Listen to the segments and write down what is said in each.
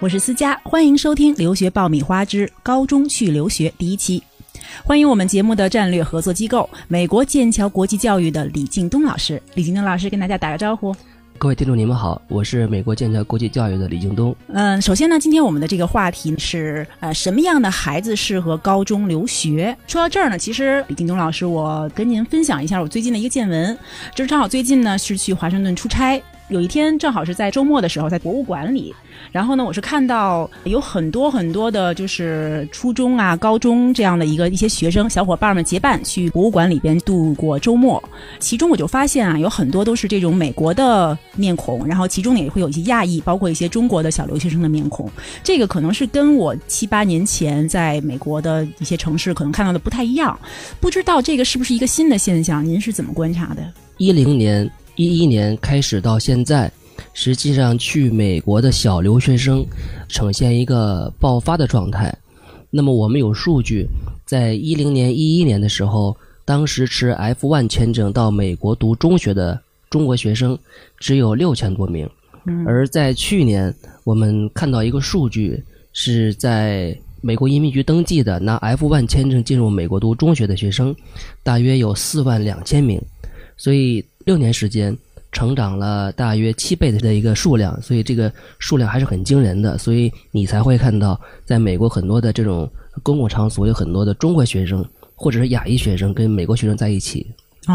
我是思佳，欢迎收听留学爆米花之高中去留学第一期。欢迎我们节目的战略合作机构美国剑桥国际教育的李敬东老师。李敬东老师跟大家打个招呼。 各位听众你们好，我是美国剑桥国际教育的李敬东。 首先呢，今天我们的这个话题是什么样的孩子适合高中留学。说到这儿呢，其实李敬东老师，我跟您分享一下我最近的一个见闻。就是正好最近呢是去华盛顿出差，有一天正好是在周末的时候在博物馆里，然后呢我是看到有很多很多的就是初中啊高中这样的一些学生小伙伴们结伴去博物馆里边度过周末。其中我就发现啊，有很多都是这种美国的面孔，然后其中也会有一些亚裔，包括一些中国的小留学生的面孔。这个可能是跟我7、8年前在美国的一些城市可能看到的不太一样，不知道这个是不是一个新的现象，您是怎么观察的 ？11年开始到现在，实际上去美国的小留学生呈现一个爆发的状态。那么我们有数据，在10年、11年的时候，当时持 F1 签证到美国读中学的中国学生只有6000多名。而在去年，我们看到一个数据，是在美国移民局登记的拿 F1 签证进入美国读中学的学生，大约有42000名。所以6年时间成长了大约7倍的一个数量，所以这个数量还是很惊人的。所以你才会看到在美国很多的这种公共场所有很多的中国学生或者是亚裔学生跟美国学生在一起。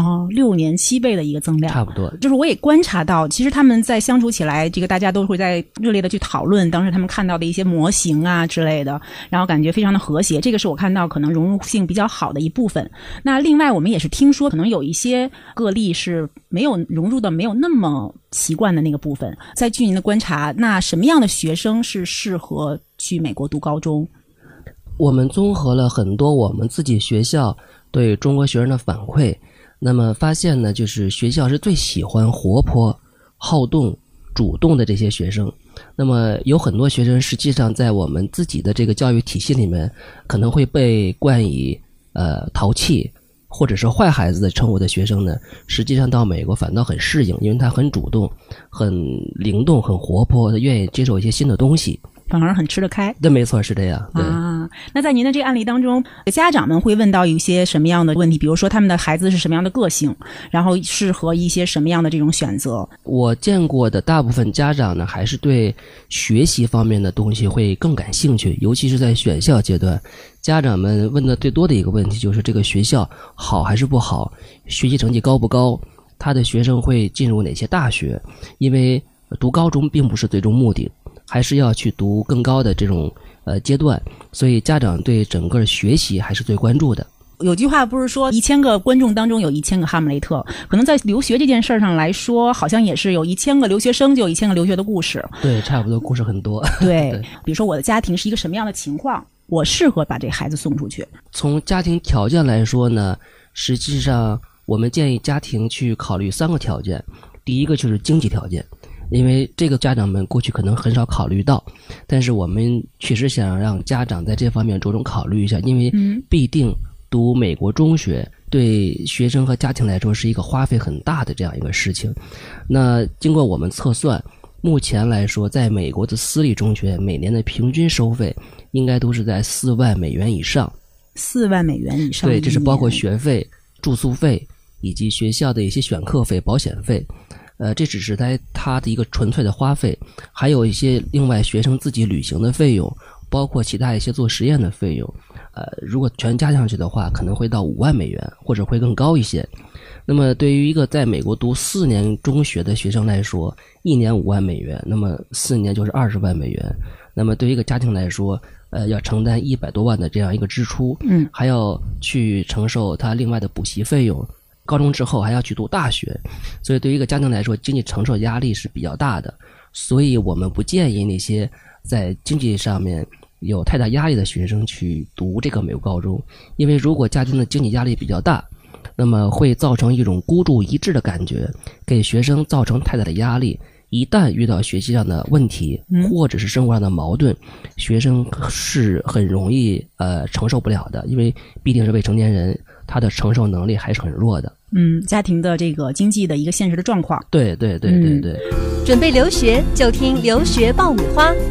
6年7倍的一个增量， 差不多。 就是我也观察到，其实他们在相处起来，这个大家都会在热烈的去讨论当时他们看到的一些模型啊之类的，然后感觉非常的和谐，这个是我看到可能融入性比较好的一部分。那另外我们也是听说可能有一些个例是没有融入的没有那么习惯的那个部分。在据您的观察，那什么样的学生是适合去美国读高中？ 我们综合了很多我们自己学校对中国学生的反馈，那么发现呢，就是学校是最喜欢活泼、好动、主动的这些学生。那么有很多学生实际上在我们自己的这个教育体系里面，可能会被冠以淘气或者是坏孩子的称呼的学生呢，实际上到美国反倒很适应，因为他很主动、很灵动、很活泼，他愿意接受一些新的东西。 反而很吃得开。 对，没错，是这样。对啊，那在您的这个案例当中，家长们会问到一些什么样的问题？比如说他们的孩子是什么样的个性，然后适合一些什么样的这种选择？ 我见过的大部分家长呢，还是对学习方面的东西会更感兴趣，尤其是在选校阶段，家长们问的最多的一个问题就是这个学校好还是不好，学习成绩高不高，他的学生会进入哪些大学？因为读高中并不是最终目的，还是要去读更高的这种阶段，所以家长对整个学习还是最关注的。 有句话不是说1000个观众当中有1000个哈姆雷特，可能在留学这件事上来说，好像也是有1000个留学生就有1000个留学的故事。 对，差不多故事很多。 对，比如说我的家庭是一个什么样的情况，我适合把这孩子送出去。 从家庭条件来说呢，实际上我们建议家庭去考虑3个条件。第一个就是经济条件，因为这个家长们过去可能很少考虑到，但是我们确实想让家长在这方面着重考虑一下，因为必定读美国中学对学生和家庭来说是一个花费很大的这样一个事情。那经过我们测算，目前来说在美国的私立中学每年的平均收费应该都是在4万美元以上。 4万美元以上？ 对，这是包括学费、住宿费以及学校的一些选课费、保险费。这只是他的一个纯粹的花费，还有一些另外学生自己旅行的费用，包括其他一些做实验的费用。如果全加上去的话，可能会到5万美元，或者会更高一些。那么对于一个在美国读4年中学的学生来说，1年5万美元，那么4年就是20万美元。那么对于一个家庭来说，要承担100多万的这样一个支出，还要去承受他另外的补习费用。高中之后还要去读大学，所以对于一个家庭来说，经济承受压力是比较大的。所以我们不建议那些在经济上面有太大压力的学生去读这个美国高中，因为如果家庭的经济压力比较大，那么会造成一种孤注一掷的感觉，给学生造成太大的压力。一旦遇到学习上的问题，或者是生活上的矛盾，学生是很容易承受不了的，因为毕竟是未成年人，他的承受能力还是很弱的。 家庭的这个经济的一个现实的状况。 对。 准备留学就听留学爆米花。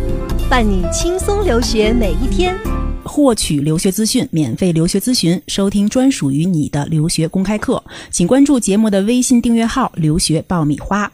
伴你轻松留学每一天。 获取留学资讯，免费留学咨询，收听专属于你的留学公开课，请关注节目的微信订阅号留学爆米花。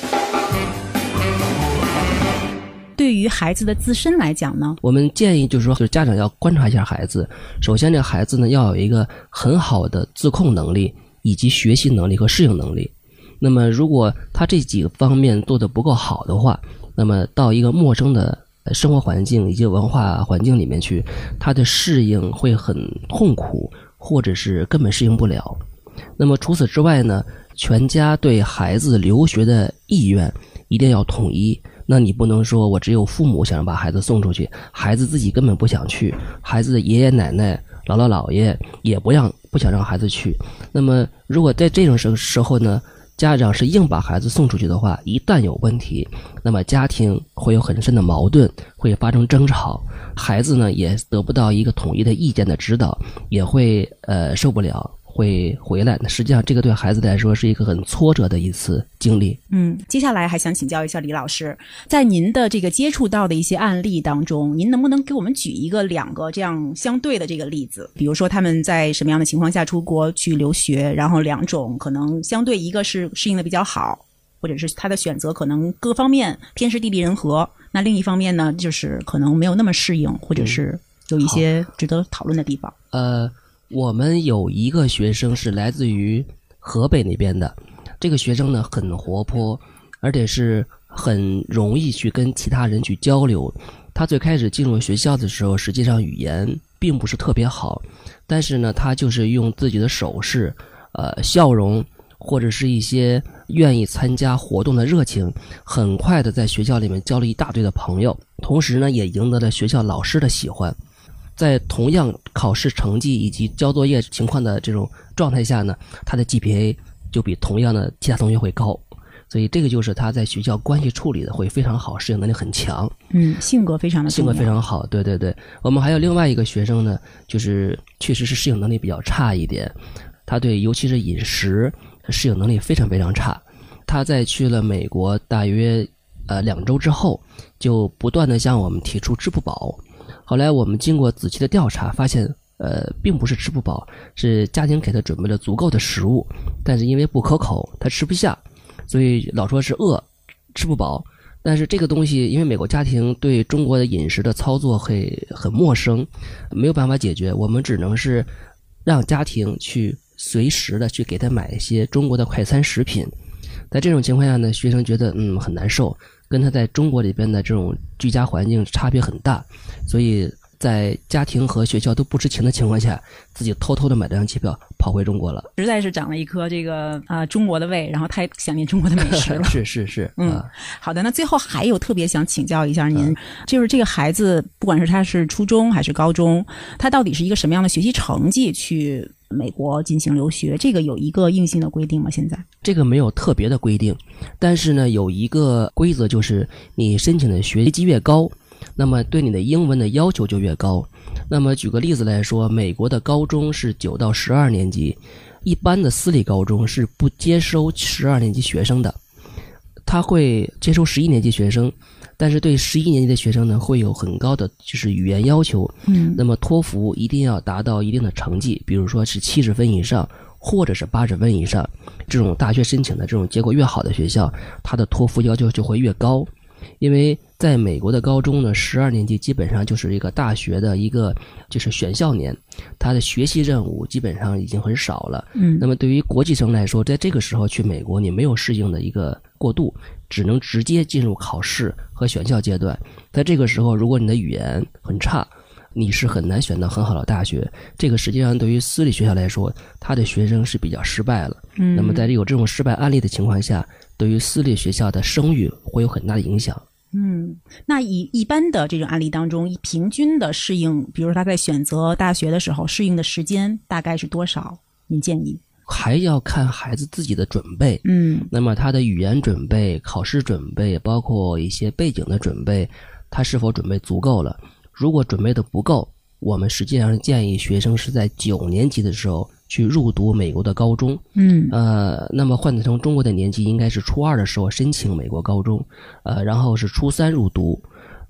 对于孩子的自身来讲呢， 我们建议就是说，就是家长要观察一下孩子。首先，这个孩子呢要有一个很好的自控能力，以及学习能力和适应能力。那么，如果他这几个方面做得不够好的话，那么到一个陌生的生活环境以及文化环境里面去，他的适应会很痛苦，或者是根本适应不了。那么除此之外呢，全家对孩子留学的意愿一定要统一。那你不能说我只有父母想把孩子送出去，孩子自己根本不想去，孩子的爷爷奶奶姥姥姥爷也不想让孩子去。那么如果在这种时候呢，家长是硬把孩子送出去的话，一旦有问题，那么家庭会有很深的矛盾，会发生争吵，孩子呢也得不到一个统一的意见的指导，也会受不了，会回来。实际上这个对孩子来说是一个很挫折的一次经历。 接下来还想请教一下李老师，在您的这个接触到的一些案例当中，您能不能给我们举两个这样相对的这个例子？比如说他们在什么样的情况下出国去留学，然后两种可能相对，一个是适应的比较好，或者是他的选择可能各方面天时地利人和，那另一方面呢，就是可能没有那么适应，或者是有一些值得讨论的地方。 我们有一个学生是来自于河北那边的，这个学生呢很活泼，而且是很容易去跟其他人去交流。他最开始进入学校的时候，实际上语言并不是特别好，但是呢，他就是用自己的手势、笑容，或者是一些愿意参加活动的热情，很快的在学校里面交了一大堆的朋友，同时呢，也赢得了学校老师的喜欢。在同样考试成绩以及交作业情况的这种状态下呢，他的 GPA 就比同样的其他同学会高，所以这个就是他在学校关系处理的会非常好，适应能力很强。 性格非常的重要， 性格非常好。对对对，我们还有另外一个学生呢，就是确实是适应能力比较差一点，他对尤其是饮食适应能力非常非常差。他在去了美国大约2周之后，就不断的向我们提出吃不饱。后来我们经过仔细的调查，发现并不是吃不饱，是家庭给他准备了足够的食物，但是因为不可口，他吃不下，所以老说是饿，吃不饱。但是这个东西，因为美国家庭对中国的饮食的操作会很陌生，没有办法解决，我们只能是让家庭去随时的去给他买一些中国的快餐食品。在这种情况下呢，学生觉得很难受，跟他在中国里边的这种居家环境差别很大，所以在家庭和学校都不知情的情况下，自己偷偷的买了张机票跑回中国了。 实在是长了一颗这个中国的胃，然后他也想念中国的美食了。 是好的。那最后还有特别想请教一下您，就是这个孩子不管是他是初中还是高中，他到底是一个什么样的学习成绩去美国进行留学，这个有一个硬性的规定吗？现在这个没有特别的规定，但是呢有一个规则，就是你申请的学籍越高，那么对你的英文的要求就越高。那么举个例子来说，美国的高中是9到12年级，一般的私立高中是不接收12年级学生的，他会接收11年级学生，但是对11年级的学生呢，会有很高的就是语言要求。那么托福一定要达到一定的成绩，比如说是70分以上，或者是80分以上。这种大学申请的这种结果越好的学校，它的托福要求就会越高。因为在美国的高中呢，12年级基本上就是一个大学的一个就是选校年，他的学习任务基本上已经很少了。那么对于国际生来说，在这个时候去美国，你没有适应的一个过渡，只能直接进入考试和选校阶段。在这个时候，如果你的语言很差，你是很难选到很好的大学。这个实际上对于私立学校来说，他的学生是比较失败了。那么在有这种失败案例的情况下，对于私立学校的声誉会有很大的影响。 那以一般的这种案例当中，以平均的适应，比如说他在选择大学的时候适应的时间大概是多少？您建议？ 还要看孩子自己的准备。那么他的语言准备、考试准备，包括一些背景的准备，他是否准备足够了？如果准备的不够，我们实际上建议学生是在9年级的时候去入读美国的高中。那么换算成中国的年纪，应该是初2的时候申请美国高中，然后是初3入读。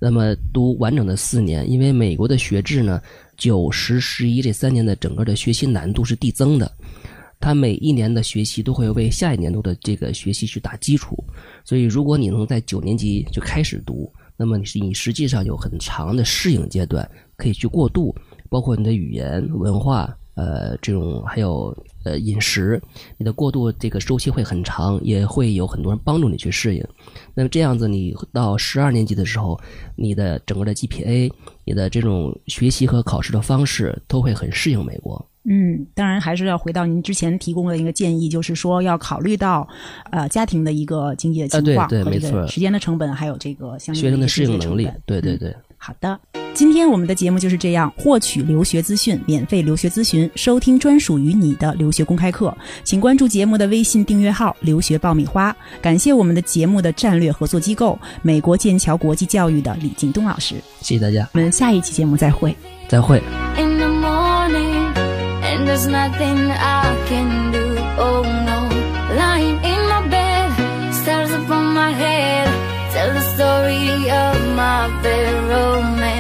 那么读完整的4年，因为美国的学制呢9、10、11这3年的整个的学习难度是递增的，它每一年的学习都会为下一年度的这个学习去打基础，所以如果你能在9年级就开始读，那么你实际上有很长的适应阶段可以去过渡，包括你的语言文化这种还有饮食，你的过渡这个周期会很长，也会有很多人帮助你去适应。那么这样子你到12年级的时候，你的整个的 GPA 你的这种学习和考试的方式都会很适应美国。 当然还是要回到您之前提供的一个建议，就是说要考虑到家庭的一个经济的情况， 对，没错， 时间的成本，还有这个相应学生的适应能力，对。 好的，今天我们的节目就是这样，获取留学资讯，免费留学咨询，收听专属于你的留学公开课，请关注节目的微信订阅号留学爆米花。感谢我们的节目的战略合作机构美国剑桥国际教育的李敬东老师， 谢谢大家， 我们下一期节目再会。 And there's nothing I can do, oh no. Lying in my bed, stars upon my head, tell the story of my bad romance.